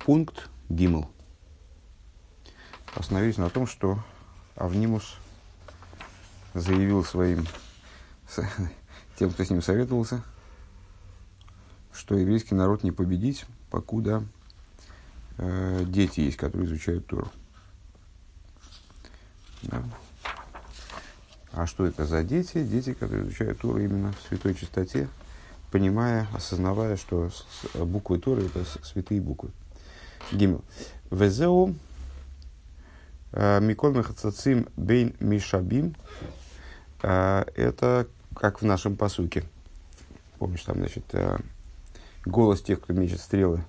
Пункт Гимл. Остановились на том, что Авнимус заявил тем, кто с ним советовался, что еврейский народ не победить, покуда дети есть, которые изучают Тору. Да. А что это за дети? Дети, которые изучают Тору именно в святой чистоте, понимая, осознавая, что буквы Торы – это святые буквы. Гимл. Везеу миколь мехацацим бейн мишабим. Это как в нашем пасуке. Помнишь, там, значит, голос тех, кто мечет стрелы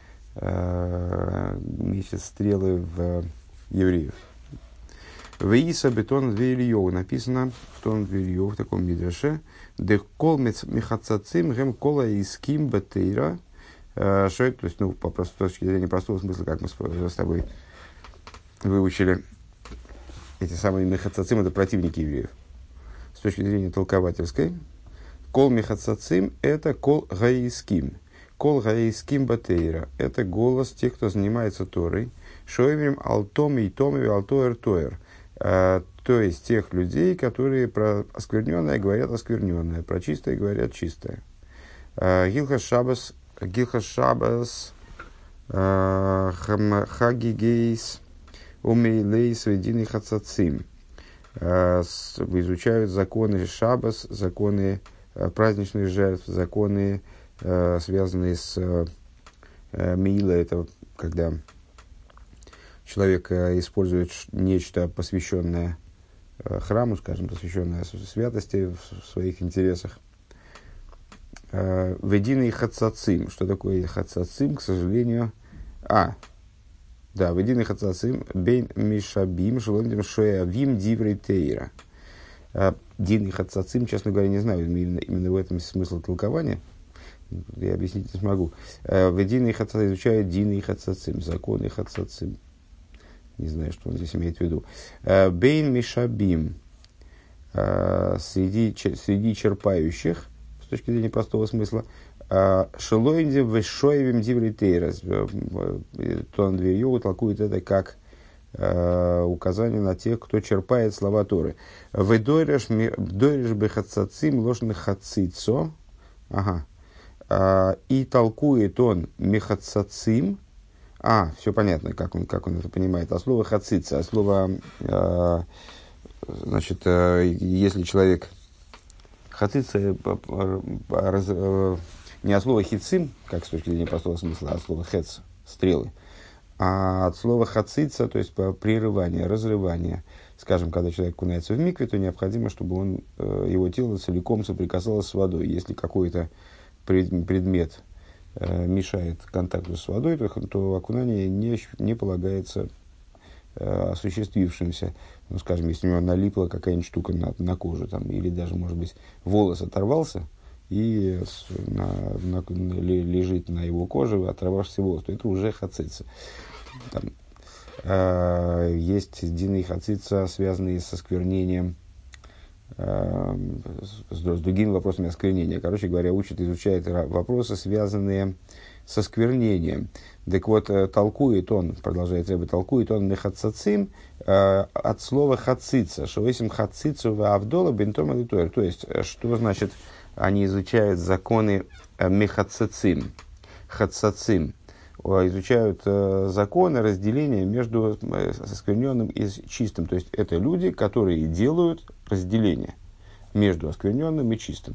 в евреев. Веиса бетон Ильёва. Написано в тон Ильёва, в таком мидраше. Дехкол мехацацим гем кола иским бетейра. Что это? То есть, с точки зрения простого смысла, как мы с тобой выучили, эти самые мехацацим — это противники евреев. С точки зрения толковательской, кол мехацацим — это кол гаиским. Кол гаиским батейра — это голос тех, кто занимается Торой. Шойвим алтом и томи алтоэр тоэр. То есть тех людей, которые про оскверненное говорят оскверненное, про чистое говорят чистое. Гилха шабас хагигейс умейлейс ведины хацацим. Изучают законы шабас, законы праздничных жертв, законы, связанные с мейла, это когда человек использует нечто, посвященное храму, скажем, посвященное святости в своих интересах. Ведины хацацим. Что такое хацацим, к сожалению? Ведины хацацим бейн мишабим шелондим шоявим диврей тейра. Дины хацацим, честно говоря, не знаю именно в этом смысл толкования. Я объяснить не смогу. Ведины хацацим изучают дины хацацим, законы хацацим. Не знаю, что он здесь имеет в виду. Бейн мишабим. Среди черпающих, с точки зрения простого смысла, шелоиндим вешоевим дивритейрас. Тон Ильёва толкует это как указание на тех, кто черпает слова Торы. Вдойреш бехацацим ложных хацицо. И толкует он мехацацим. Все понятно, как он это понимает. А слово хацица, значит, если человек хацица, не от слова хицим, как с точки зрения простого смысла, а от слова хец, стрелы, а от слова хацица, то есть прерывание, разрывание. Скажем, когда человек окунается в микве, то необходимо, чтобы его тело целиком соприкасалось с водой. Если какой-то предмет мешает контакту с водой, то окунание не полагается осуществившимся. Скажем, если у него налипла какая-нибудь штука на кожу, или даже, может быть, волос оторвался и лежит на его коже оторвавшийся волос, то это уже хацица. Есть дины хацица, связанные со осквернением, с другими вопросами осквернения. Короче говоря, изучает вопросы, связанные с осквернением. Так вот, продолжает Ребе, толкует он мехацацим от слова хацица, шоэсим хацицу ва авдола бентом элитор. То есть, что значит, они изучают законы мехацацим, хацацим, изучают законы разделения между оскверненным и чистым. То есть, это люди, которые делают разделение между оскверненным и чистым.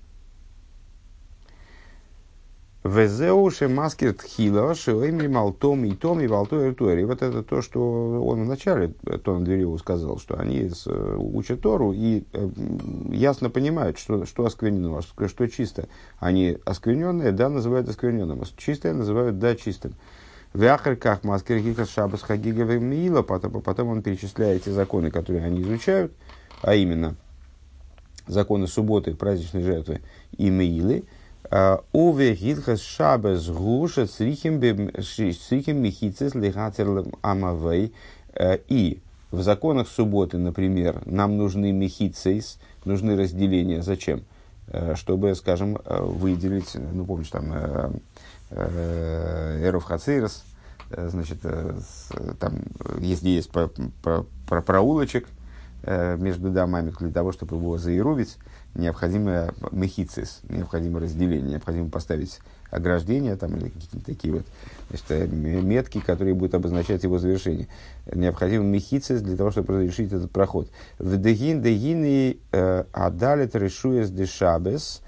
Везеуши маскер тхила шеойми малтом и том и валтой и вот это то, что он вначале Тон Ильёва сказал, что они учат Тору и ясно понимают, что осквернено, что чисто. Они оскверненные, называют оскверненным, чистое называют чистым. В ахарках маскер гиха шабас хагига миила, потом он перечисляет эти законы, которые они изучают, а именно законы субботы, праздничной жертвы и миилы. Уве гилхас шабас гуша срихим михицес лихатер амавей. И в законах субботы, например, нам нужны михицес, нужны разделения. Зачем? Чтобы, скажем, выделить, помнишь, эров хацирос, значит, там, если есть проулочек между домами, для того, чтобы его заирувить, необходимо мехицис, необходимо разделение, необходимо поставить ограждение там, или какие-то такие вот, значит, метки, которые будут обозначать его завершение. Необходимо мехицис для того, чтобы разрешить этот проход. В дегины адалит решуес де шабес.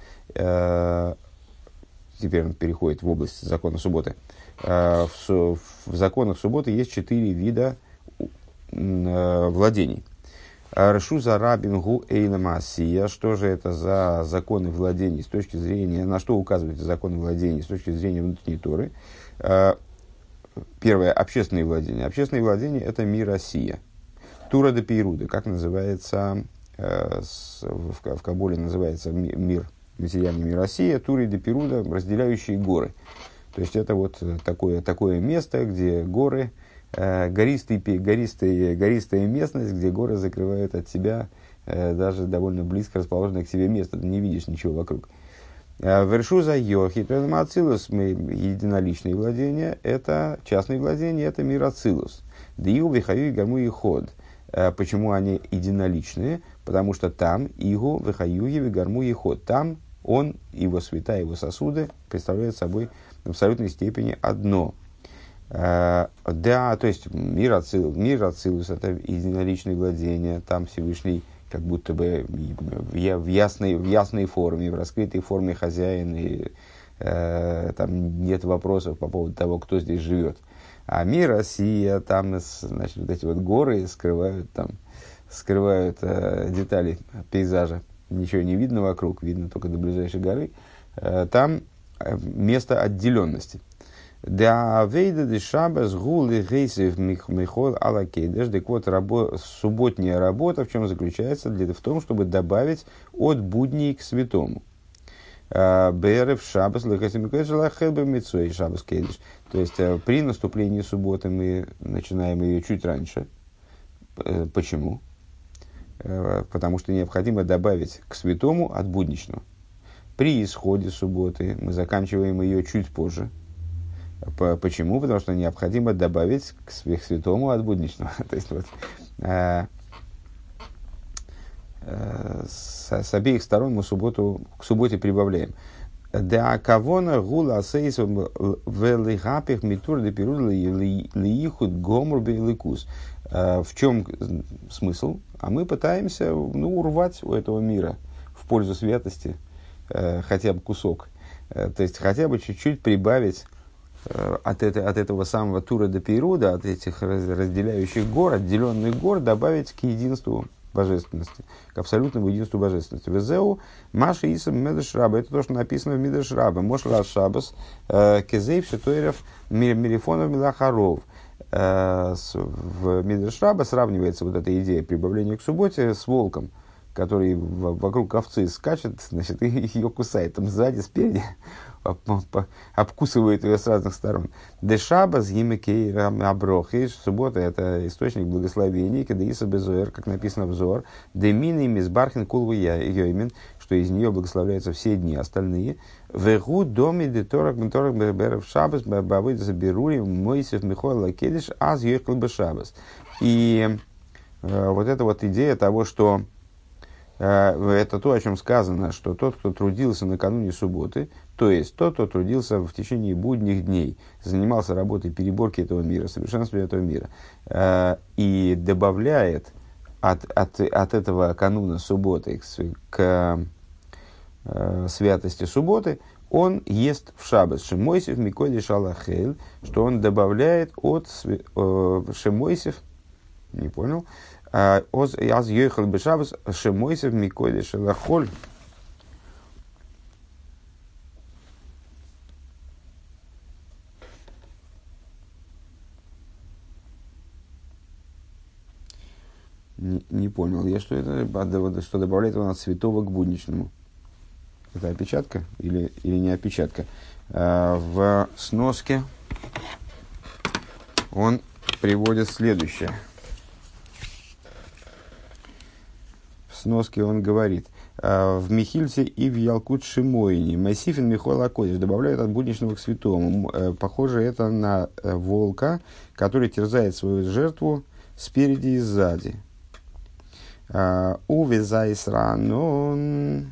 Теперь он переходит в область закона субботы. В законах субботы есть 4 вида владений. Решу за рабин гу эйна маасия. Что же это за законы владений с точки зрения, на что указывают законы владений с точки зрения внутренней Торы? Первое, общественные владения. Общественные владения – это миросия. Тура де пейруда, как называется, в Кабуле называется мир, материальный миросия, тура де пейруда, разделяющие горы. То есть это вот такое место, где горы, гористая местность, где горы закрывают от себя даже довольно близко расположенное к себе место, ты не видишь ничего вокруг. Вершуза йохи, то есть ацилус, единоличные владения, это частные владения, это мир ацилус. Дию вихаю и гарму и ход. Почему они единоличные? Потому что там игу вихаю и гарму и ход. Там он, его света, его сосуды представляют собой в абсолютной степени одно. Да, то есть мир ацилус, это единоличные владения, там Всевышний как будто бы в ясной форме, в раскрытой форме хозяин, и там нет вопросов по поводу того, кто здесь живет. А мир Россия, там, значит, вот эти вот горы скрывают детали пейзажа. Ничего не видно вокруг, видно только до ближайшей горы. Там место отделенности. Да, вейда де шабас гули гейсев михол алакейдеш. Так вот, субботняя работа в чем заключается? В том, чтобы добавить от будней к святому. Берев шабас лехасимикэдж лахэлбэ митцой шабас кейдеш. То есть, при наступлении субботы мы начинаем ее чуть раньше. Почему? Потому что необходимо добавить к святому от будничного. При исходе субботы мы заканчиваем ее чуть позже. Почему? Потому что необходимо добавить к святому от будничного. То есть, вот, с обеих сторон мы к субботе прибавляем. Да кавона гула сейс велихапих митур де пируд лиихуд гомур беликус. В чем смысл? А мы пытаемся урвать у этого мира в пользу святости хотя бы кусок. То есть хотя бы чуть-чуть прибавить от этого самого тура до пейруда, от этих разделяющих гор, отделенных гор, добавить к единству божественности, к абсолютному единству божественности. Везеу Маша Исам Медреш Раба. Это то, что написано в Медреш Раба. Мошла Шабас Кезейв Шетойров Мирифонов Милахаров. В Медреш Раба сравнивается вот эта идея прибавления к субботе с волком, который вокруг овцы скачет, значит, и ее кусает там сзади, спереди, обкусывает ее с разных сторон. Дешаба с гимекей аброхи. Суббота – это источник благословений, когда Иса Безуэр, как написано в Зор, демины мизбархин кулву йоймин, что из нее благословляются все дни остальные. Вегу доми деторак менторак берберов шабас бавыд заберури мойсев михоэл лакедиш аз йохл бешабас. И вот эта вот идея того, что это то, о чем сказано, что тот, кто трудился накануне субботы, то есть тот, кто трудился в течение будних дней, занимался работой переборки этого мира, совершенствования этого мира, и добавляет от этого кануна субботы к святости субботы, он ест в шаббат шемойсев миколи шалахель, что он добавляет от шемойсев, не понял, аз йохал бешабас шемойсев миколи шалахоль. Не понял я, что это, что добавляет он от святого к будничному. Это опечатка или не опечатка? В сноске он приводит следующее. В сноске он говорит: в Михильсе и в Ялкут Шимойне. Масифин Михола Кодиш добавляют от будничного к святому. Похоже это на волка, который терзает свою жертву спереди и сзади. Увезайсранон.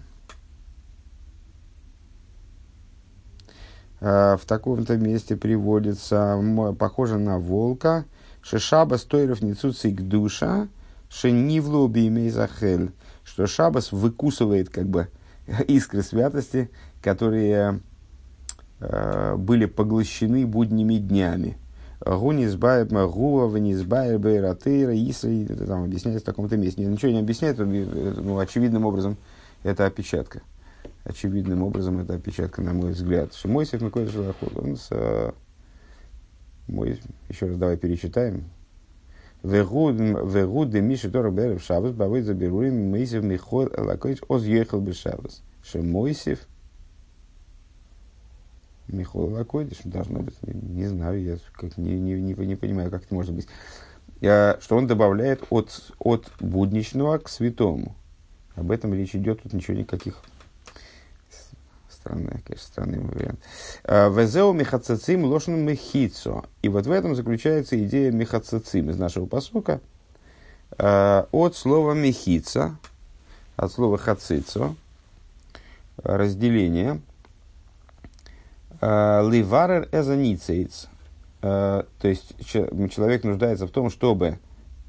В таком-то месте приводится, похоже на волка, шешаба стойров нецуцик душа, шенивлоби имейзахель, что шабас выкусывает как бы искры святости, которые были поглощены будними днями. Там объясняется в таком-то месте. Ничего не объясняет, ну, очевидным образом это опечатка. Очевидным образом это опечатка, на мой взгляд. Шимойсев Миколь Шелахот. Он еще раз давай перечитаем. Вегуд де Миши Тора Берев Шабас Бавой Заберурим Мейсев Михоил Элакоич Оз Ехал Бешабас. Шимойсев Михоил Элакоич должно быть. Не знаю, я как не понимаю, как это может быть. Что он добавляет от будничного к святому. Об этом речь идет, тут ничего никаких. Странный вариант. Везеу мехацацим лошен мехицо. И вот в этом заключается идея мехацацим из нашего пасука. От слова мехица, от слова хацицо, разделение. Ливарер эзаницейц. То есть человек нуждается в том, чтобы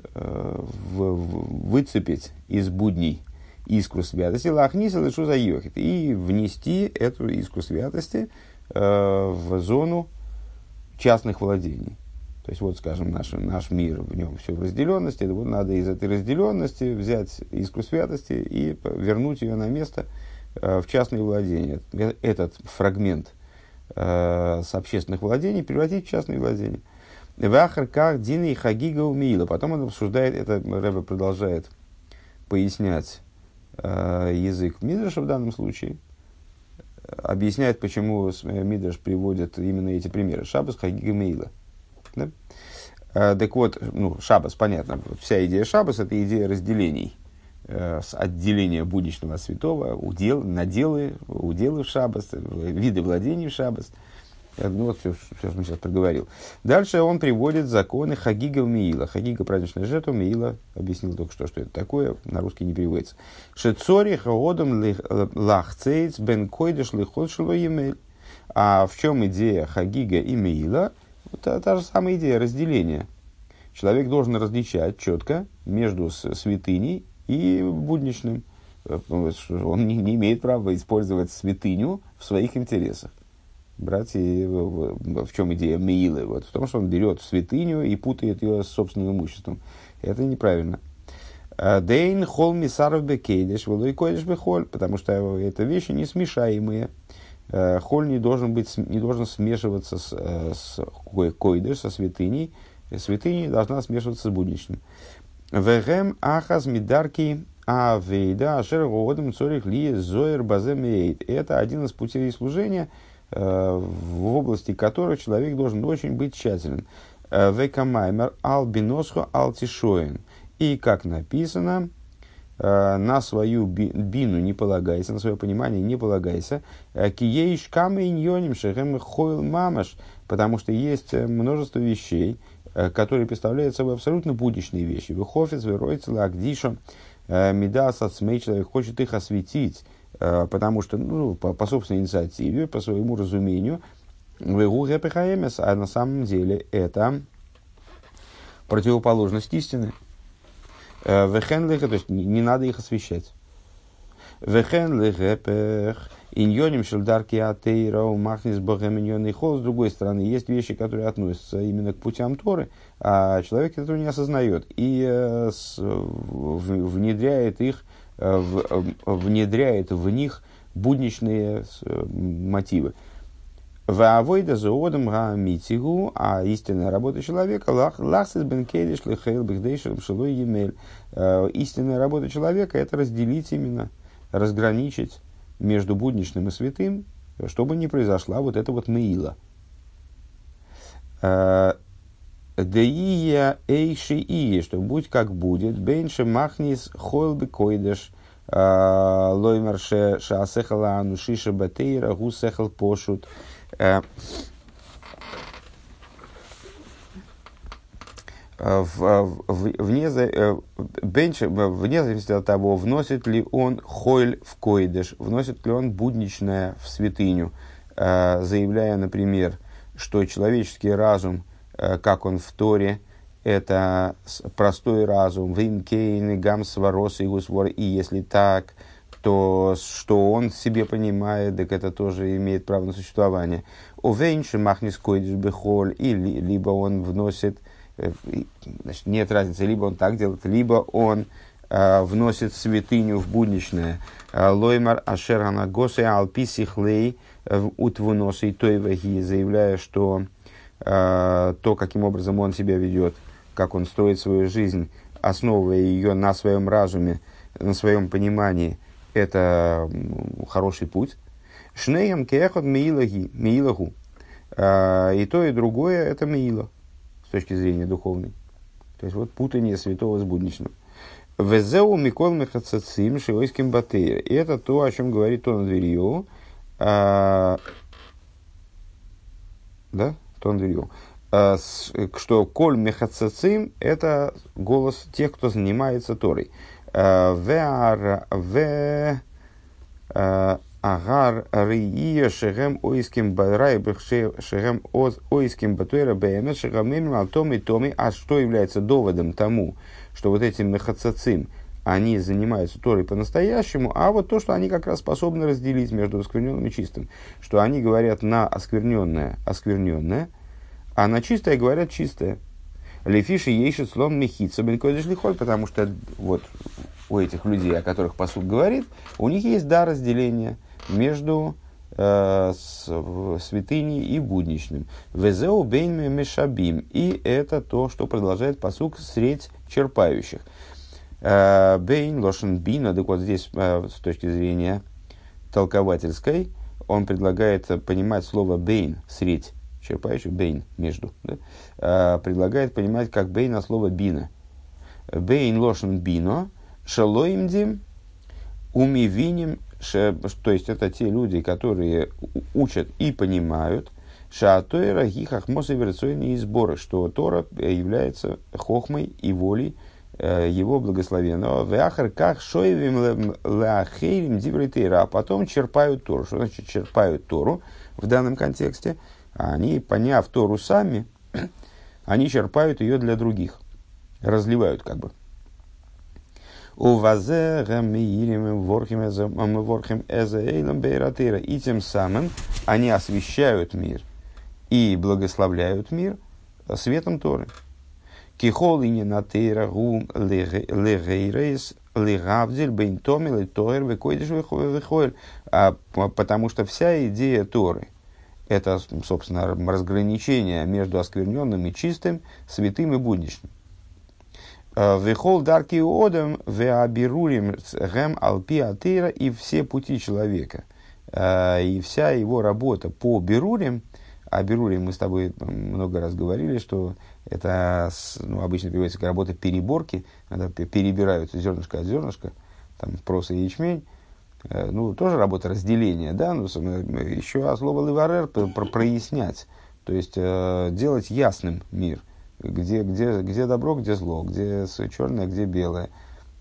выцепить из будней искру святости, лахниса лишу за йохит, и внести эту искру святости в зону частных владений. То есть, вот, скажем, наш мир, в нем все в разделенности, вот надо из этой разделенности взять искру святости и вернуть ее на место в частные владения. Этот фрагмент с общественных владений превратить в частные владения. В Ахарках Дина и Хагига Умиила. Потом он обсуждает, это Ребе продолжает пояснять язык Мидраша в данном случае, объясняет, почему Мидраш приводит именно эти примеры. Шаббас, Хагига, Мейла. Да? Так вот, Шаббас, понятно, вся идея Шаббас – это идея разделений, с отделения будничного от святого, наделы, уделы в Шаббас, виды владений в Шаббас. Вот все, что он сейчас проговорил. Дальше он приводит законы Хагига Миила. Хагига – праздничная жертва, Миила объяснил только что это такое, на русский не переводится. Шецори хаодом лахцейц бен койдеш лихот шло емель. А в чем идея Хагига и Миила? Та же самая идея разделения. Человек должен различать четко между святыней и будничным. Он не имеет права использовать святыню в своих интересах. Брать и в чем идея Меилы? Вот, в том, что он берет святыню и путает ее с собственным имуществом. Это неправильно. Дейн хол мисаров бекейдеш, волой койдеш бехоль, потому что это вещи несмешаемые. Холь не должен смешиваться с койдеш, со святыней. Святыня должна смешиваться с будничным. Вегем ахаз мидарки авейда ашер годом цорих ли зоер баземейт. Это один из путей служения, в области которой человек должен очень быть тщателен. Векамаймер албиносхо алтишоин. И, как написано, на свою бину не полагайся, на свое понимание не полагайся. Киеиш камейньоним шехем хойл мамаш. Потому что есть множество вещей, которые представляют собой абсолютно будничные вещи. Вехофец, веройцела, агдишо, медас ацмей, человек хочет их осветить, потому что, по собственной инициативе, по своему разумению, а на самом деле это противоположность истины. То есть не надо их освещать. Иньоним шельдарки атеира махнис богем иньонный хол. С другой стороны, есть вещи, которые относятся именно к путям Торы, а человек этого не осознает и внедряет в них будничные мотивы. Ваавойда заодом гаамитигу, а истинная работа человека лахсис бен кейдиш лихейл бигдейшем шилой емель. Истинная работа человека – это разделить именно, разграничить между будничным и святым, чтобы не произошла вот эта вот меила. Деия эйши ие, что будь как будет, бейнше махнис хойл бекойдеш, Лоймер шеасехала анушиша батейра гусехал пошут. Вне зависимости от того, вносит ли он хойль в койдеш, вносит ли он будничное в святыню, заявляя, например, что человеческий разум, как он в Торе, это простой разум, вимкейн, гамсварос и гусвор, и если так, то что он себе понимает, так это тоже имеет право на существование. Увейнши махнис койдеш бехоль, или либо он вносит, значит, нет разницы, либо он так делает, либо он вносит святыню в будничное. Лоймар ашерана госе алписихлей утвуносы тойвахи, заявляя, что то, каким образом он себя ведет, как он строит свою жизнь, основывая ее на своем разуме, на своем понимании, это хороший путь. Шнеем кехот миилаху. И то, и другое это миила с точки зрения духовной. То есть вот путание святого с будничным. Везеу микол мехацацим шиойским батея. И это то, о чем говорит Тон Дверью. Да? Тон Дверью. Что коль мехацацим – это голос тех, кто занимается Торой. Агар рия шегем ойским барайбых шегем ойским батуэра бэмэ шегамэмим алтоми томи. А что является доводом тому, что вот эти мехацацим, они занимаются Торой по-настоящему, а вот то, что они как раз способны разделить между оскверненным и чистым. Что они говорят на оскверненное, а на чистое говорят чистое. Лефиши ейшит слом мехица бенкодиш лихоль, потому что вот у этих людей, о которых пасук говорит, у них есть дар разделения между святыней и будничным. Везеу бейнме мешабим. И это то, что продолжает пасук средь черпающих. Бейн лошен бина. Так вот здесь, с точки зрения толковательской, он предлагает понимать слово бейн, средь черпающих, бейн, между. Да? Предлагает понимать как бейн от слова бина. Бейн лошен бино. Шалоимдим умивиним, то есть это те люди, которые учат и понимают, шаатойра гихах мосаверцойные сборы, что Тора является хохмой и волей его благословенного. Веахар как шоевим леахейрим дивритейра, а потом черпают Тору. Что значит черпают Тору в данном контексте? Они, поняв Тору сами, они черпают ее для других, разливают как бы. И тем самым они освещают мир и благословляют мир светом Торы. Потому что вся идея Торы – это, собственно, разграничение между оскверненным и чистым, святым и будничным. Вехол дарки одам веабирурим гэм алпи атеира, и все пути человека, и вся его работа по бирурим, а бирурим мы с тобой много раз говорили, что это обычно переводится как работа переборки, когда перебирают зернышко от зернышка, там проса и ячмень, тоже работа разделения, да, еще слово леварер прояснять, то есть делать ясным мир. Где добро, где зло, где черное, где белое,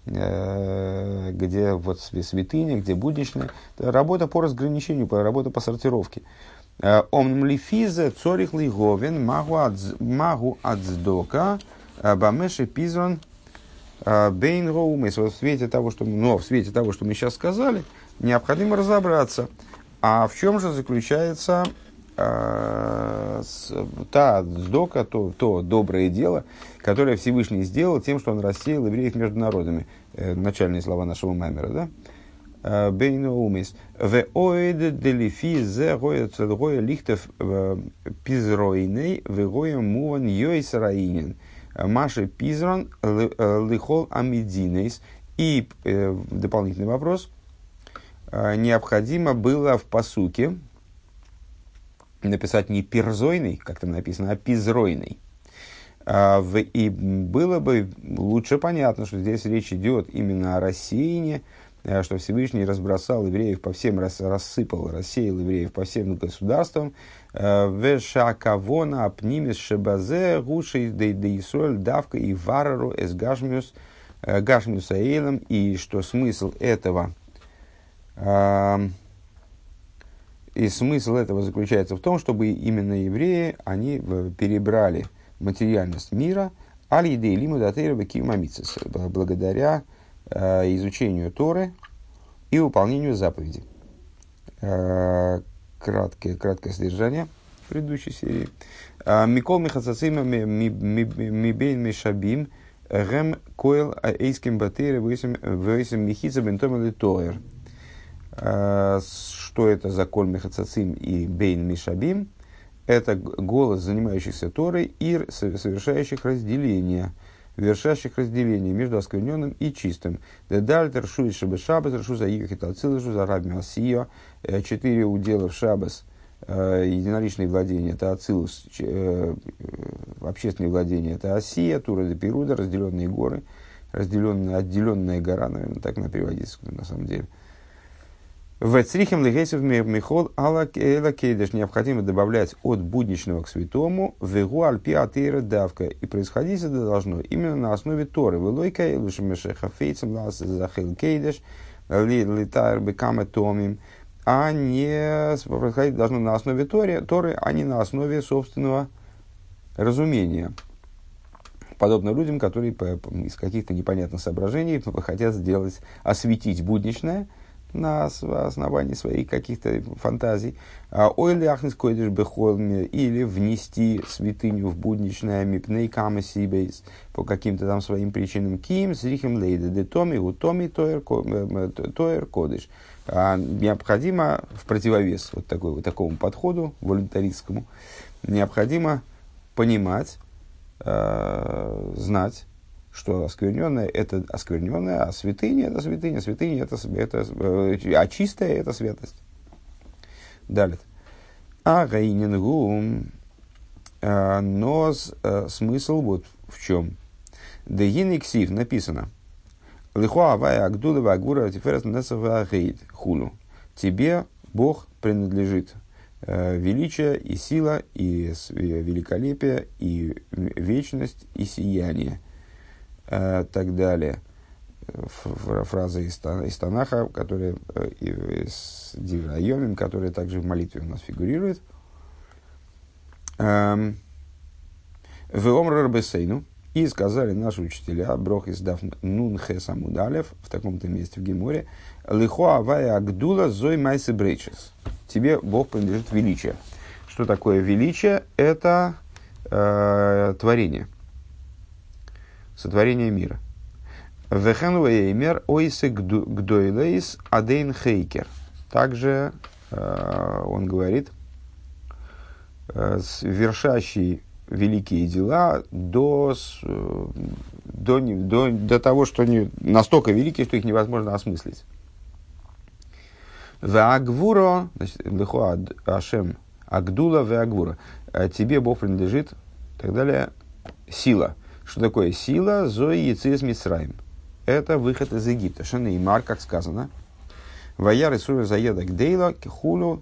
где вот святыня, где будничное. Работа по разграничению, работа по сортировке. Омнм лифизе цорих лиговен магу ацдока бамеши пизон бейн роумес. В свете того, что мы сейчас сказали, необходимо разобраться. А в чем же заключается та сдока, то доброе дело, которое Всевышний сделал тем, что он рассеял евреев между народами. Начальные слова нашего маймера, да? Бейноумис. В оид делифи зе гоя целгоя лихтев пизройней в гоя муван йойсраинин. Маши пизрон лихол амидинейс. И дополнительный вопрос. Необходимо было в пасуке написать не пирзойный, как там написано, а пизройный. И было бы лучше понятно, что здесь речь идет именно о рассеянии что Всевышний разбросал евреев по всем, рассыпал, рассеял евреев по всем государствам. Вешакавона апнимис шебазе гуши дейсоль давка и варару эс гашмиус аэлем, и что смысл этого заключается в том, чтобы именно евреи, они перебрали материальность мира аль-едей лиму датейра кимамицис, благодаря изучению Торы и выполнению заповедей. Краткое содержание предыдущей серии. Микол михацацима мибейн мишабим гэм койл эйским батейра вэйсим михица бентомели тоэр. Что это за коль михацацим и бейн мишабим? Это голос занимающихся Торой и совершающих разделение между оскверненным и чистым. Дедальтер шуй шабы шабас, ршу за игах и талцил, ршу за раби асио. 4 удела в шабас, единоличные владения, это ацилус, общественные владения, это асия, тура де перуда, разделенные горы, отделенная гора, наверное, так на переводится на самом деле. В црихем легейсов михол ала кейдеш, необходимо добавлять от будничного к святому вегу альпи атеира давка, и происходить это должно именно на основе Торы. Велойка и лушемешеха фейцем лас захил кейдеш литайр бекаме томим, а не происходить должно на основе Торы, а не на основе собственного разумения. Подобно людям, которые из каких-то непонятных соображений хотят осветить будничное на основании своих каких-то фантазий, или внести святыню в будничное мипней камасибейс по каким-то там своим причинам, ким зрихем лейда детоми утоми тоер кодыш. Необходимо в противовес такому подходу волюнтаристскому, необходимо понимать, знать, что оскверненное это оскверненное, а святыня это святыня, а чистая это святость. Далее. Но смысл вот в чем. Дегиниксив написано. Тебе, Бог, принадлежит величие и сила, и великолепие, и вечность, и сияние. Так далее. Фраза из Танаха, которая из Диврайомим, которая также в молитве у нас фигурирует. Веомрар бесейну, и сказали наши учителя, Брох издав нун хес амудалев, в таком-то месте в Геморе, лихо авая агдула зой майсы брейчес. Тебе, Бог, принадлежит величие. Что такое величие? Это творение. Сотворение мира. Вехенуэймер ойсе гдойлейс адейн хейкер. Также он говорит, вершащий великие дела до того, что они настолько великие, что их невозможно осмыслить. Веагвуро, значит, лихо ашем агдула веагвуро. Тебе, Бог, принадлежит, и так далее, сила. Что такое сила? Зои яцис мицраим. Это выход из Египта. Шанеймар, как сказано. Ваяр Исура заеда гдейла кихулу.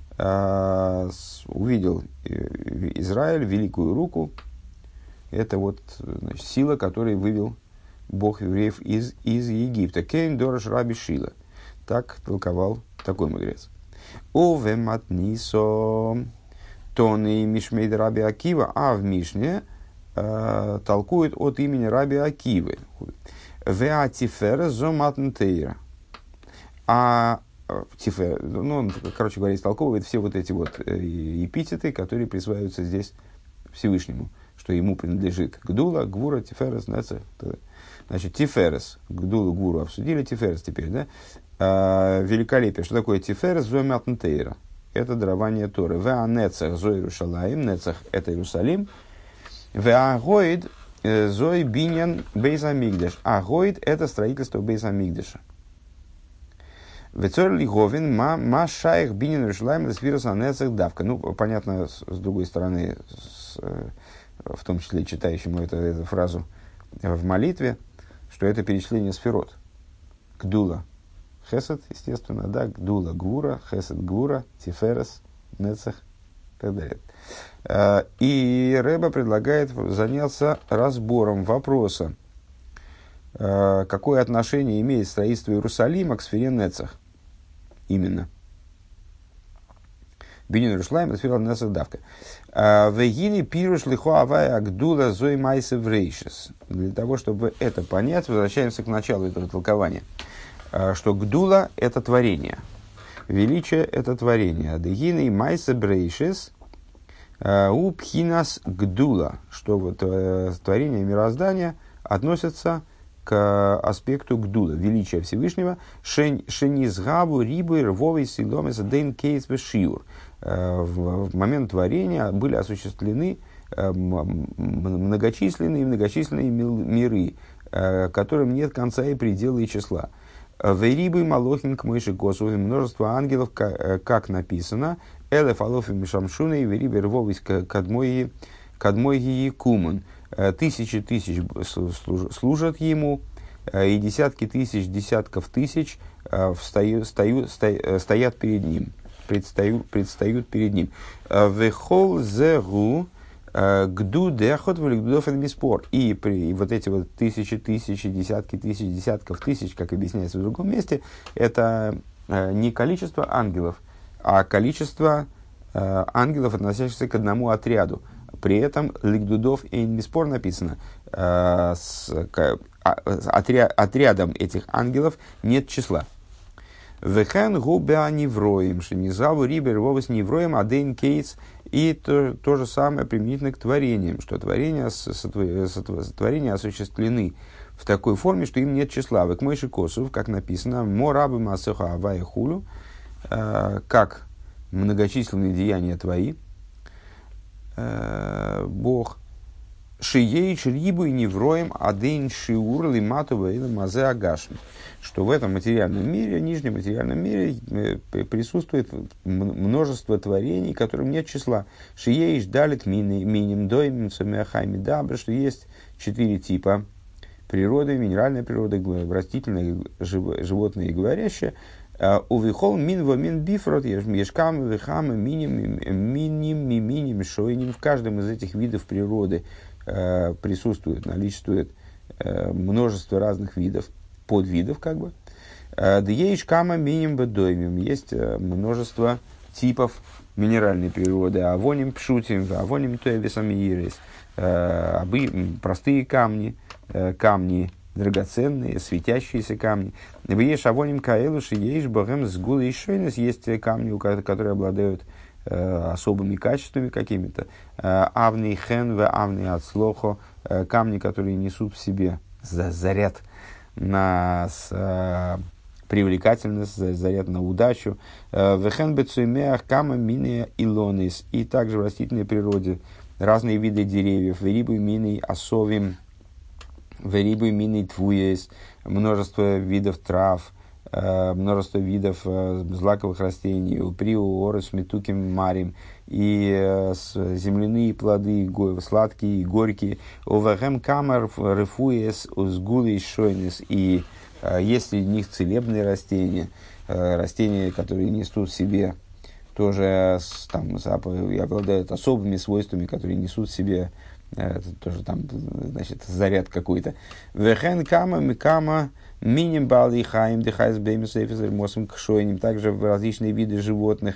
Увидел Израиль великую руку. Это вот, значит, сила, которой вывел Бог евреев из Египта. Кейн дорож раби Шила. Так толковал такой мудрец. Ове матнисо тоны мишмейд раби Акива. А в Мишне толкует от имени раби Акивы. Веа тифера зоматнтейра. А тифер, ну, он, короче говоря, истолковывает все вот эти вот эпитеты, которые присваиваются здесь Всевышнему, что ему принадлежит Гдула, Гвура, Тиферес, значит, Тиферес, Гдулу, Гвуру обсудили, Тиферес теперь, да? Великолепие. Что такое Тиферес? Зоматнтейра. Это дарование Торы. Веа нецах зой Иерушалаим, нецах это Иерусалим. Веа гоид зой биньян бейс амигдаш. А гоид это строительство бейс амигдаша. Вецор лиговин ма шаих бинин Иерушалаим лесвирус анецах давка. Ну, понятно, с другой стороны, в том числе читающему эту фразу в молитве, что это перечисление сферот. Гдула, Хесед, естественно, да, гдула, гвура, хесед, гвура, тиферес, нецех и так далее. И Рэбе предлагает заняться разбором вопроса, какое отношение имеет строительство Иерусалима к сфере Нецех. Именно. Бенин Иерусалим, сфера Нецех давка. Вегини пируш лихо авая гдула зой майсе врейшес. Для того, чтобы это понять, возвращаемся к началу этого толкования. Что гдула – это творение. Величие – это творение. Адегины майсе брейшес у пхинас гдула. Что вот творение мироздания относится к аспекту гдула, величия Всевышнего. Шенизгаву рибы рвовый силомес дейн кейс вешиур. В момент творения были осуществлены многочисленные миры, которым нет конца и предела и числа. Вейрибы малохин к мыши косу, множество ангелов, как написано, элеф алофи мишамшуны, вейрибы рвовый кадмойги якуман. Тысячи тысяч служат ему, и десятки тысяч, десятков тысяч стоят перед ним, предстают перед ним. Вехол зеру гду дехот валигдудов миспор. И вот эти вот тысячи тысяч, десятки тысяч, десятков тысяч, как объясняется в другом месте, это не количество ангелов, а количество ангелов, относящихся к одному отряду. При этом лигдудов и миспор написано, отрядом этих ангелов нет числа. Вехен губя невроем, шинизаву рибер вовос невроем, адейн кейтс. И то же самое применительно к творениям, что творения осуществлены в такой форме, что им нет числа. Век мойши косов, как написано, морабы масоха авая хулю, как многочисленные деяния твои, Бог, шиеич рибу и невроем адейн шиур лиматова или мазе агашми. Что в этом материальном мире, нижнем материальном мире присутствует множество творений, которым нет числа. Шиеиш далит миним доймим самиахайми дабра, что есть 4 типа природы: минеральная природа, растительная, животная и говорящая. Увихол мин во мин бифрот ешкам вихам миним шойним. В каждом из этих видов природы присутствует, наличествует множество разных видов, подвидов, как бы. Дьейшкама миним бедоймим. Есть множество типов минеральной природы. Авоним пшутим, авоним тоевесам ирис. Простые камни, камни драгоценные, светящиеся камни. Есть авоним каэлуши, есть богем сгулы и шойнес. Есть камни, которые обладают особыми качествами какими-то. Авный хен в авный ацлохо. Камни, которые несут в себе заряд на привлекательность, заряд на удачу. Вехен бецуемеах кама мине илонис. И также в растительной природе разные виды деревьев. Верибу мины осовим, верибу мины твуес. Множество видов трав, множество видов злаковых растений. Уприу орес метуким марим. И земляные плоды, сладкие и горькие. Овахем камар рефуес узгулы шойнес. И есть среди них целебные растения, растения, которые несут в себе тоже там, обладают особыми свойствами, которые несут в себе тоже там, значит, заряд какой-то. Вехен кама микама миним бали хаим дыхайс беймис эфизер мосом кшойним. Также различные виды животных,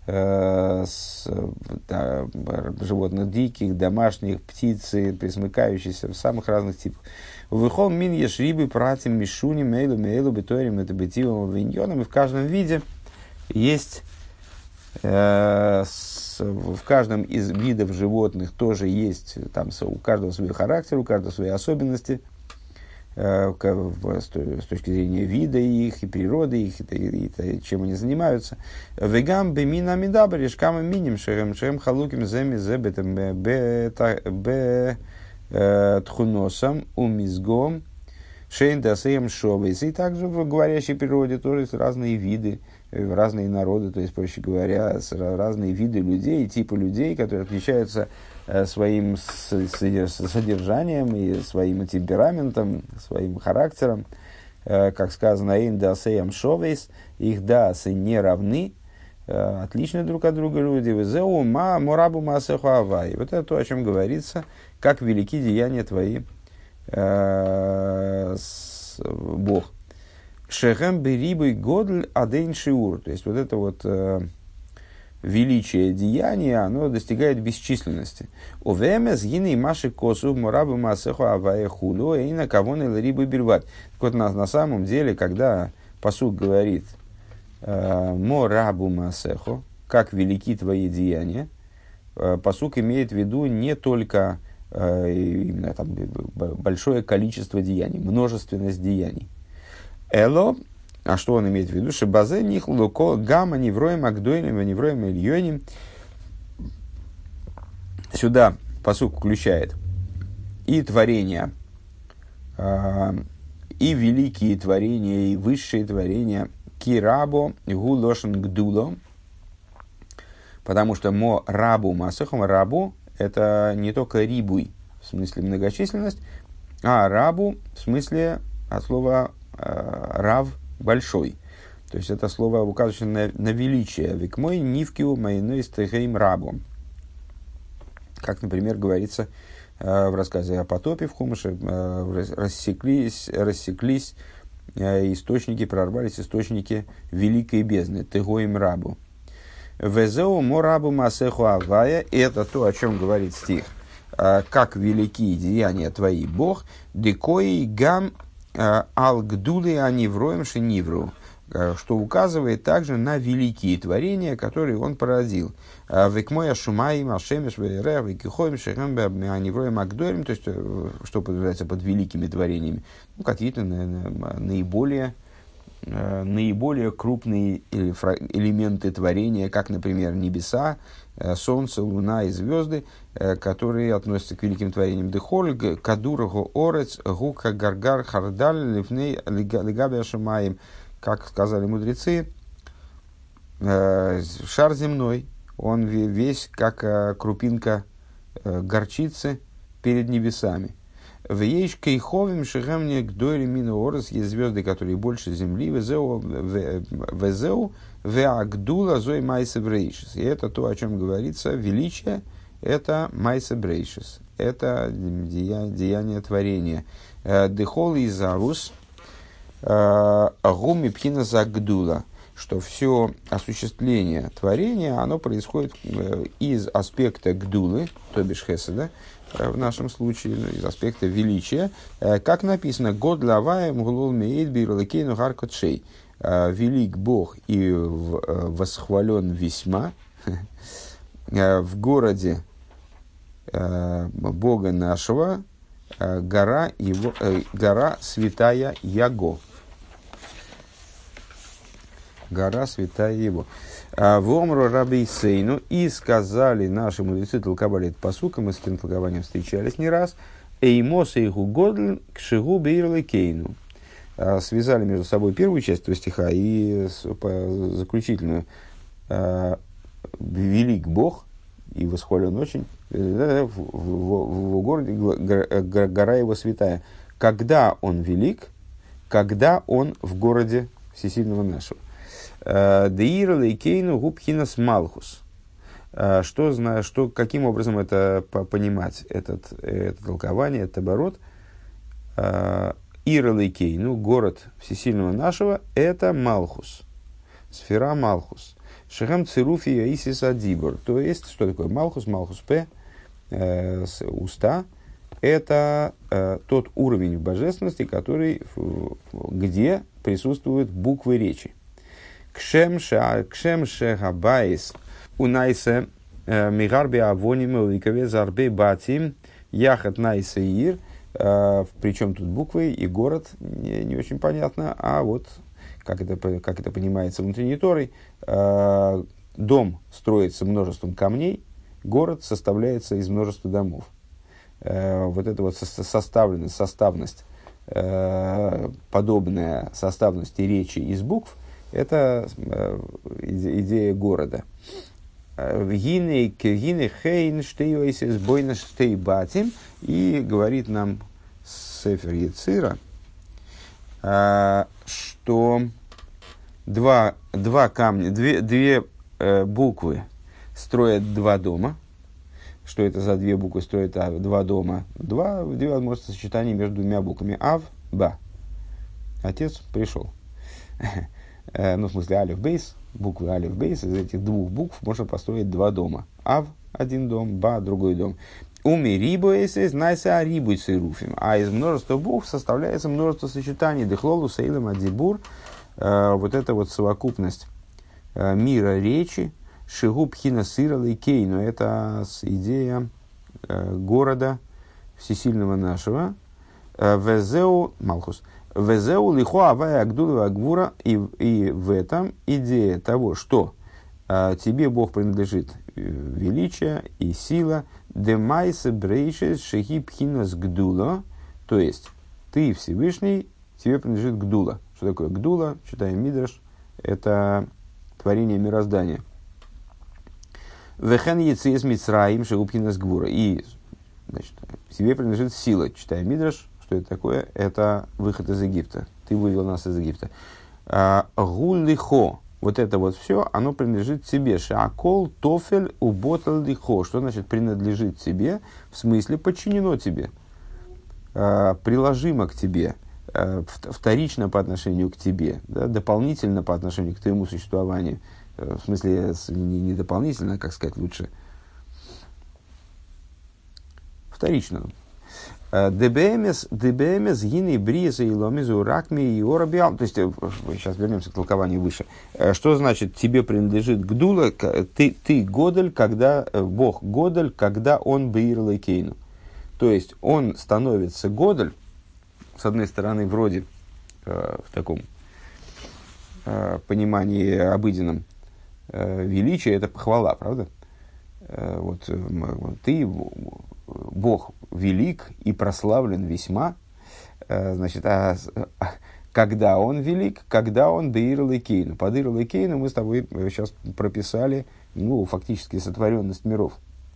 животных диких, домашних, птицы, пресмыкающиеся в самых разных типах. Выхол мин ешрибы пратим мишуни мейлу мейлу бетуэрим это бетивом виньоном. И в каждом виде есть, в каждом из видов животных тоже есть, там у каждого свой характер, у каждого свои особенности, с точки зрения вида их и природы их, и чем они занимаются. Вегам бемина мидабр ешкама миним шерем халуким земи зебетем бе тхуносам умизгом шейн дасеем шовейс. И также в говорящей природе тоже есть разные виды, разные народы, то есть, проще говоря, разные виды людей, типы людей, которые отличаются своим содержанием и своим темпераментом, своим характером. как сказано, «Эйн даасеям шовейс», их даасы не равны, отличны друг от друга люди. «Везеу ма морабу маасеху авай». Вот это то, о чем говорится, как велики деяния твои, Бог. «Шехем берибой годль адейн шиур». То есть, вот это вот величие деяния, оно достигает бесчисленности. «Овемес гины маши косу морабу маасеху авай хулу эйна кавон рибы бирват». Так вот, на самом деле, когда пасук говорит «морабу маасеху», как велики твои деяния, пасук имеет в виду не только именно там, большое количество деяний, множественность деяний. Эло, а что он имеет в виду? Шебазе нихлуко гамма невроем агдойлем невроем ильоним. Сюда пасук включает и творения, и великие творения, и высшие творения. Кирабо гулошен гдуло. Потому что мо рабу масахом рабу это не только рибуй, в смысле многочисленность, а рабу в смысле от слова рав большой. То есть это слово указывает на величие. Век мой нивкиу майной стехейм рабу. Как, например, говорится в рассказе о потопе в Хумаше, рассеклись источники, прорвались источники великой бездны. Тегоим рабу. Везеу морабу масеху авая. Это то, о чем говорит стих. Как велики деяния твои, Бог. Декои гам алгдули анивроем шинивру. Что указывает также на великие творения, которые он породил. Векмоя шумаим ашемеш верех векихоим шехем анивроем агдорим. То есть, что подразумевается под великими творениями? Ну, какие-то наиболее крупные элементы творения, как, например, небеса, солнце, луна и звезды, которые относятся к великим творениям. Дехоль, кадурго орец, гука гаргар хардаль, ливней лигабия шамаим. Как сказали мудрецы, шар земной, он весь как крупинка горчицы перед небесами. В ейшкой ховим шехемне гдойли мину орес, есть звезды, которые больше земли, везеу веагдула зой майсе брейшис. И это то, о чем говорится, величие, это майсе брейшис, это деяние творения. Дехол и завус гуми пхина загдула, что все осуществление творения, оно происходит из аспекта гдулы, то бишь хеседа, в нашем случае, из аспекта величия, как написано, «Год лаваем гулул меид бирлакейну гаркотшей». Велик Бог и восхвален весьма в городе Бога нашего, гора святая Яго. Гора святая его. Вомру раби Сейну, и сказали наши мудрецы, толковали этот пасук, мы с этим толкованием встречались не раз, эймос эйху годль к шигу бейрликейну. Связали между собой первую часть этого стиха и заключительную. Велик Бог и восхвален очень в городе, гора его святая. Когда он велик, когда он в городе всесильного нашего. Деира лейкейну губхинас малхус. Каким образом это понимать, это толкование, это оборот? Ира лейкейну, город всесильного нашего, это малхус. Сфера малхус. Шехем цируфи яисис адибор. То есть, что такое малхус? Малхус п, уста. Это тот уровень в божественности, где присутствуют буквы речи. Кшем шехабайс унайсе мигарби авоним уликове зарбей батим яхат найсеир. Причем тут буквы и город не очень понятно, а вот как это понимается внутренней Торой, дом строится множеством камней, город составляется из множества домов. Вот эта вот составность, подобная составности речи из букв, это идея города. И говорит нам Сефер Ецира, что два камня, две буквы строят два дома. Что это за две буквы строят два дома? Две возможности сочетания между двумя буквами. Ав, ба. Отец пришел. Ну, в смысле, алиф, бейс, буквы алиф, бейс. Из этих двух букв можно построить два дома. Ав – один дом, ба – другой дом. Уми рибуэсэс найса рибуйсы руфим. А из множества букв составляется множество сочетаний. Дехлолу сейлем адзибур. Вот эта вот совокупность мира речи. Шигуб хина сыра лейкей. Но это идея города всесильного нашего. Везеу Малхус. Везеу лихо авая агдулова агвура. И в этом идея того, что тебе Бог принадлежит величие и сила. Демайсе брейшес шехи пхинас гдула. То есть, ты Всевышний, тебе принадлежит гдула. Что такое гдула? Читаем Мидраш. Это творение мироздания. Вехен яцес мицраим шехи пхинас гвура. И, значит, тебе принадлежит сила. Читаем Мидраш. Что это такое? Это выход из Египта. Ты вывел нас из Египта. Гуллихо. Вот это вот все, оно принадлежит тебе. Шаакол, тофель, уботал лихо. Что значит принадлежит тебе? В смысле подчинено тебе. Приложимо к тебе. Вторично по отношению к тебе. Да, дополнительно по отношению к твоему существованию. В смысле, не дополнительно, как сказать лучше. Вторично. ДБМС гины бриеса и ломизу ракми и орабиал. То есть, сейчас вернемся к толкованию выше. Что значит тебе принадлежит гдула? Ты Годель, когда Бог Годель, когда он беир лейкейну. То есть он становится Годель, с одной стороны, вроде в таком понимании обыденном, величие это похвала, правда? Вот ты Бог велик и прославлен весьма, значит, когда он велик, когда он беир лейкейну. Под ир лейкейну мы с тобой сейчас прописали, ну, фактически сотворенность миров.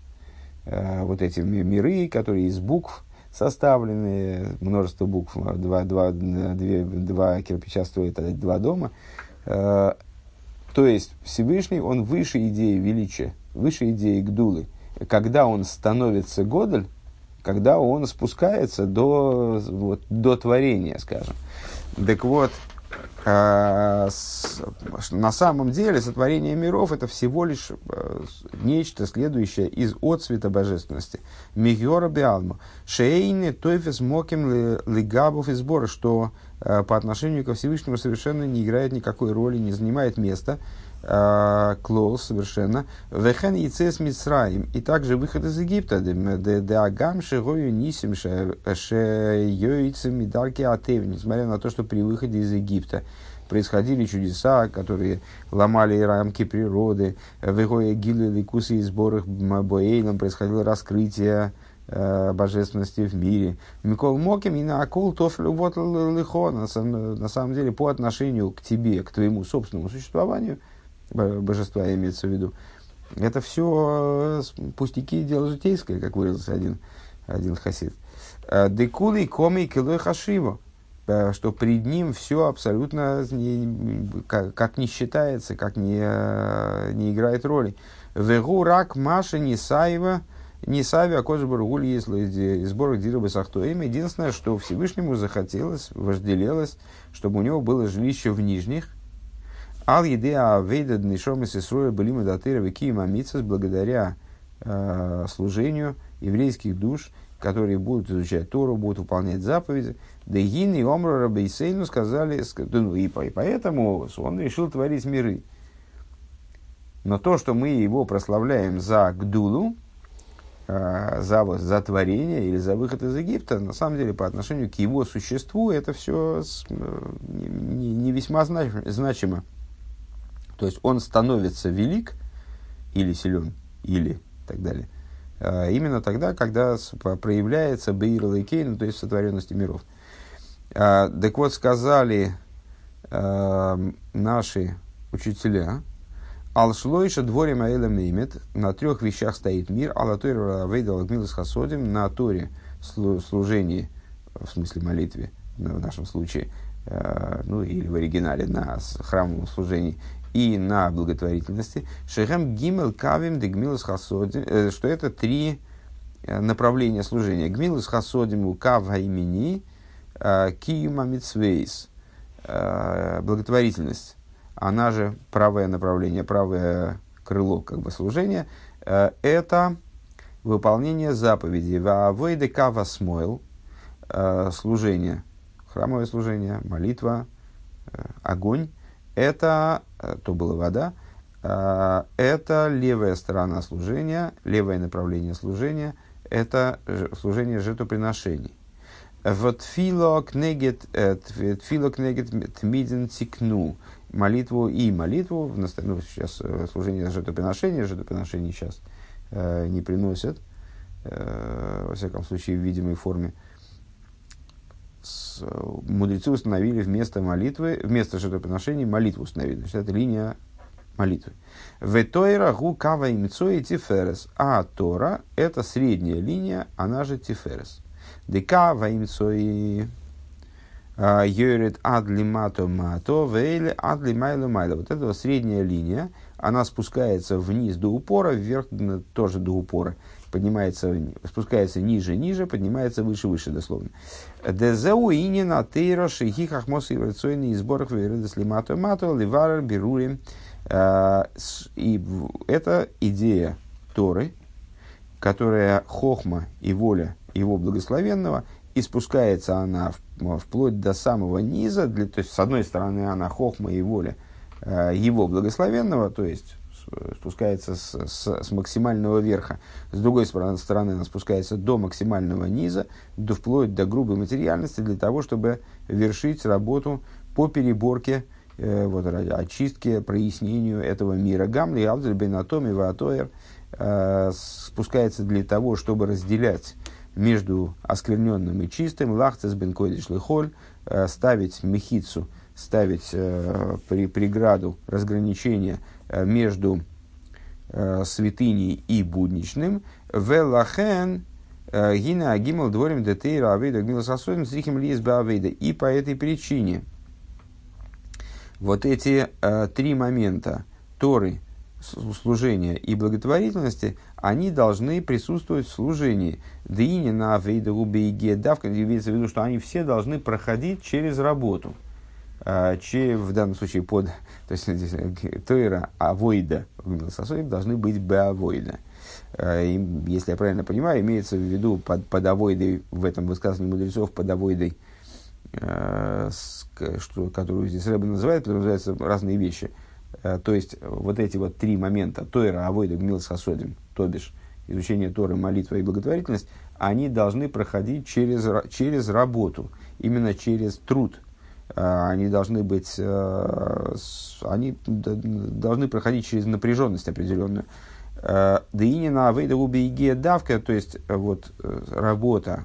Вот эти миры, которые из букв составлены, множество букв, два кирпича строят два дома. То есть Всевышний, он выше идеи величия, выше идеи гдулы. Когда он становится Годель, когда он спускается до творения, скажем. Так вот, на самом деле сотворение миров это всего лишь нечто, следующее из отцвета божественности. Мигьора биалма. Шейны тойфес моким лигабов и сбора, что по отношению ко Всевышнему совершенно не играет никакой роли, не занимает места. Клоус совершенно. Вехен яцес мицраим. И также выход из Египта. Деагам шегою нисим шеёйцем мидарки атев. Несмотря на то, что при выходе из Египта происходили чудеса, которые ломали рамки природы. Вегоя гилы ликусы и сборах боэйном происходило раскрытие божественности в мире. Микол Моким и на акул тофлю вот лихо. На самом деле, по отношению к тебе, к твоему собственному существованию, божества имеется в виду, это все пустяки, дело житейское, как выразился один хасид. Декули коми килой хашиво, что пред ним все абсолютно как не считается, как не играет роли. Вегу рак маша нисаева нисави акоджи баргуль, если из сборок дирабы сахтоэм. Единственное, что Всевышнему захотелось, вожделелось, чтобы у него было жилище в нижних. Ал едеа вейдад нишом и сесроя были мы датыра векием амитсас, благодаря служению еврейских душ, которые будут изучать Тору, будут выполнять заповеди. Дегин и Омра Рабейсейну сказали, и поэтому он решил творить миры. Но то, что мы его прославляем за Гдулу, за творение или за выход из Египта, на самом деле по отношению к его существу это все не весьма значимо. То есть он становится велик или силен, или так далее. Именно тогда, когда проявляется беир лейкейну, то есть сотворенности миров. Так вот, сказали наши учителя, Алшлойша дворе маэла меймет, на трех вещах стоит мир, алатойра авейда лагмилас хасодим, на Торе служении, в смысле молитве, в нашем случае, ну или в оригинале на храмовом служении и на благотворительности, шехем гимел кавим де гмилус хасодим, что это три направления служения. Гмилус хасодим у кав имени киюма митсвейс, благотворительность, она же правое направление, правое крыло как бы служения, это выполнение заповедей. Ваавойде кава смойл, служение, храмовое служение, молитва, огонь, это, то была вода, это левая сторона служения, левое направление служения, это служение жертвоприношений. Вот филок негет тмиден тикну, молитву, ну, сейчас служение жертвоприношений сейчас не приносят, во всяком случае в видимой форме. Мудрецы установили вместо молитвы, вместо жертвоприношений молитву установили. Значит, это линия молитвы. Ветойра гу кава имцой тиферес. А Тора – это средняя линия, она же тиферес. Декава имцой йорит адли мато мато вейле адли майло майло. Вот эта средняя линия, она спускается вниз до упора, вверх тоже до упора. Поднимается, спускается ниже, поднимается выше, дословно. Дезеу инина тейра шейхи хахмос и рацойный сборах вейредес лимато мато ливарер берурим. И это идея Торы, которая хохма и воля его благословенного, и спускается она вплоть до самого низа, то есть с одной стороны она хохма и воля его благословенного, то есть спускается с максимального верха, с другой стороны она спускается до максимального низа, вплоть до грубой материальности, для того, чтобы вершить работу по переборке, очистке, прояснению этого мира. Гамли, Авдель, Бенатоми, Ваатоэр спускается для того, чтобы разделять между оскверненным и чистым, лахцес бен койдиш лихоль, ставить мехицу, ставить преграду, разграничение между святыней и будничным. Велахен гина агимал дворим детейра авейда гмилас асоим зрихим лиес баавейда. И по этой причине вот эти три момента Торы, служения и благотворительности, они должны присутствовать в служении. Дыни на авейда губейге давка, имеется в виду, что они все должны проходить через работу. В данном случае то есть Тойра авойда должны быть беавойда. Если я правильно понимаю, имеется в виду под авойдой, в этом высказывании мудрецов, под авойдой, которую здесь Рэбе называет, потому что называются разные вещи. То есть вот эти вот три момента, Тойра, авойда, гмилс хасодим, то бишь изучение Торы, молитва и благотворительность, они должны проходить через работу, именно через труд. Они должны проходить через напряженность определенную. Деинина авейда убейге давка, то есть вот работа,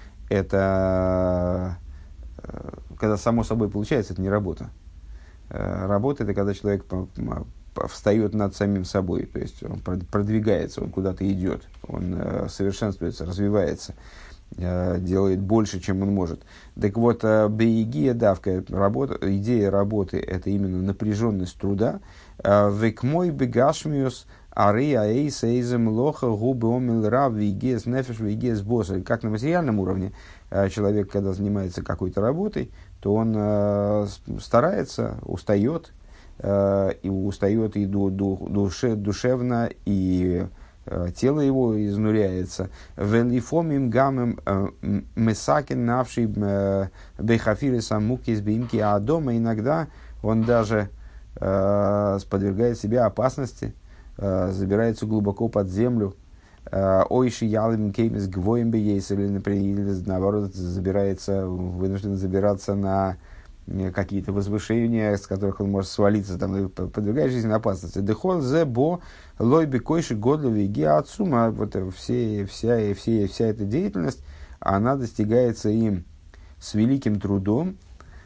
это когда само собой получается, это не работа. Работа — это когда человек встает над самим собой, то есть он продвигается, он куда-то идет, он совершенствуется, развивается, делает больше, чем он может. Так вот, бейгия давка, идея работы — это именно напряженность труда. Векмой бегашмиус ари аэйс эйзем лоха губы омил рав вигес нефеш вигес босс. Как на материальном уровне человек, когда занимается какой-то работой, то он старается, устает, и устает и душевно, и тело его изнуряется. Велифомим гамем месакин навший бехафире самуки с бимки, а дома иногда он даже подвергает себя опасности, забирается глубоко под землю. Ойши ялым кеймис гвоем бейс, или, например, наоборот, вынужден забираться на какие-то возвышения, с которых он может свалиться, там, подвергая жизненной опасности. Дехол зе бо лой бекойши годлови гиа отсума. Вот вся эта деятельность, она достигается им с великим трудом,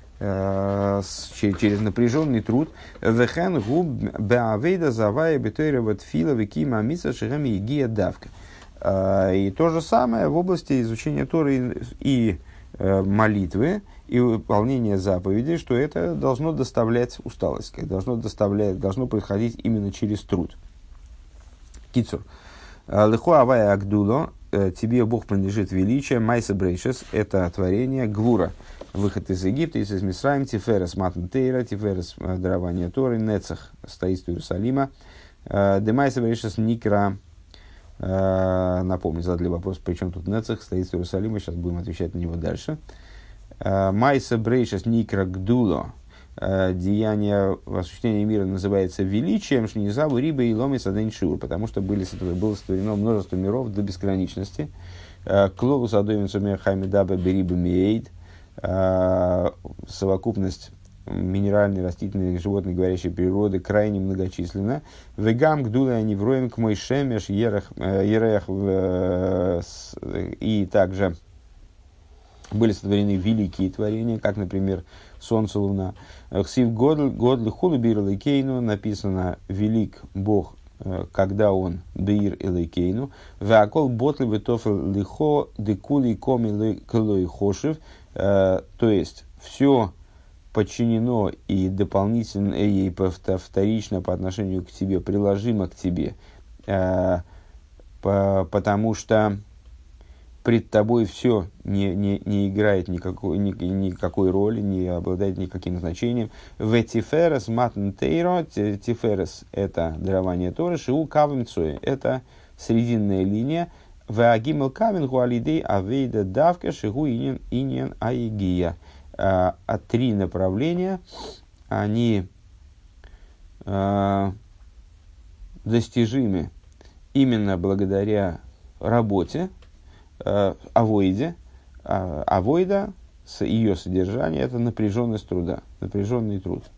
через напряженный труд. Вехен губ беавейда завая бетойра вот фила векима мица шехами и гия давка. И то же самое в области изучения Торы и молитвы и выполнение заповедей, что это должно доставлять усталость, должно происходить именно через труд. Кицур. Леху авая агдуло, тебе Бог принадлежит величие, майса брейшес, это творение, гвура, выход из Египта, из Мисраим, тиферес матн тейра, тиферес дарование Торы, нецах, строительство Иерусалима, де майса брейшес никра, напомню, задали вопрос, при чем тут нецах, строительство Иерусалима, сейчас будем отвечать на него дальше. Майса брейшес никра гдуло, деяние осуществления мира называется величием, шнизаву риба и ломис аден шур, потому что было сотворено множество миров до бесконечности. Кловус адовинцу мехаймедаба бериба мейд, совокупность минеральной, растительной, животной, говорящей природы крайне многочисленна. Вегам гдула невроем к мой шемеш ерех, и также были сотворены великие творения, как, например, солнце, луна. Хсив годли хулубир элейкейну, написано «велик Бог, когда он бир элейкейну». Веакол ботли ветофел лихо декули коми клой хошев. То есть, все подчинено и дополнительно, и вторично по отношению к тебе, приложимо к тебе, потому что пред тобой все не играет никакой роли, не обладает никаким значением. В тиферес матн тейро, тиферес – это дарование Торы, шиу кавим цой – это срединная линия. В агимел кавин гуалидей авейда давка шигу иньян аигия. А три направления, они достижимы именно благодаря работе, авойде. Авойда, ее содержание – это напряженность труда, напряженный труд.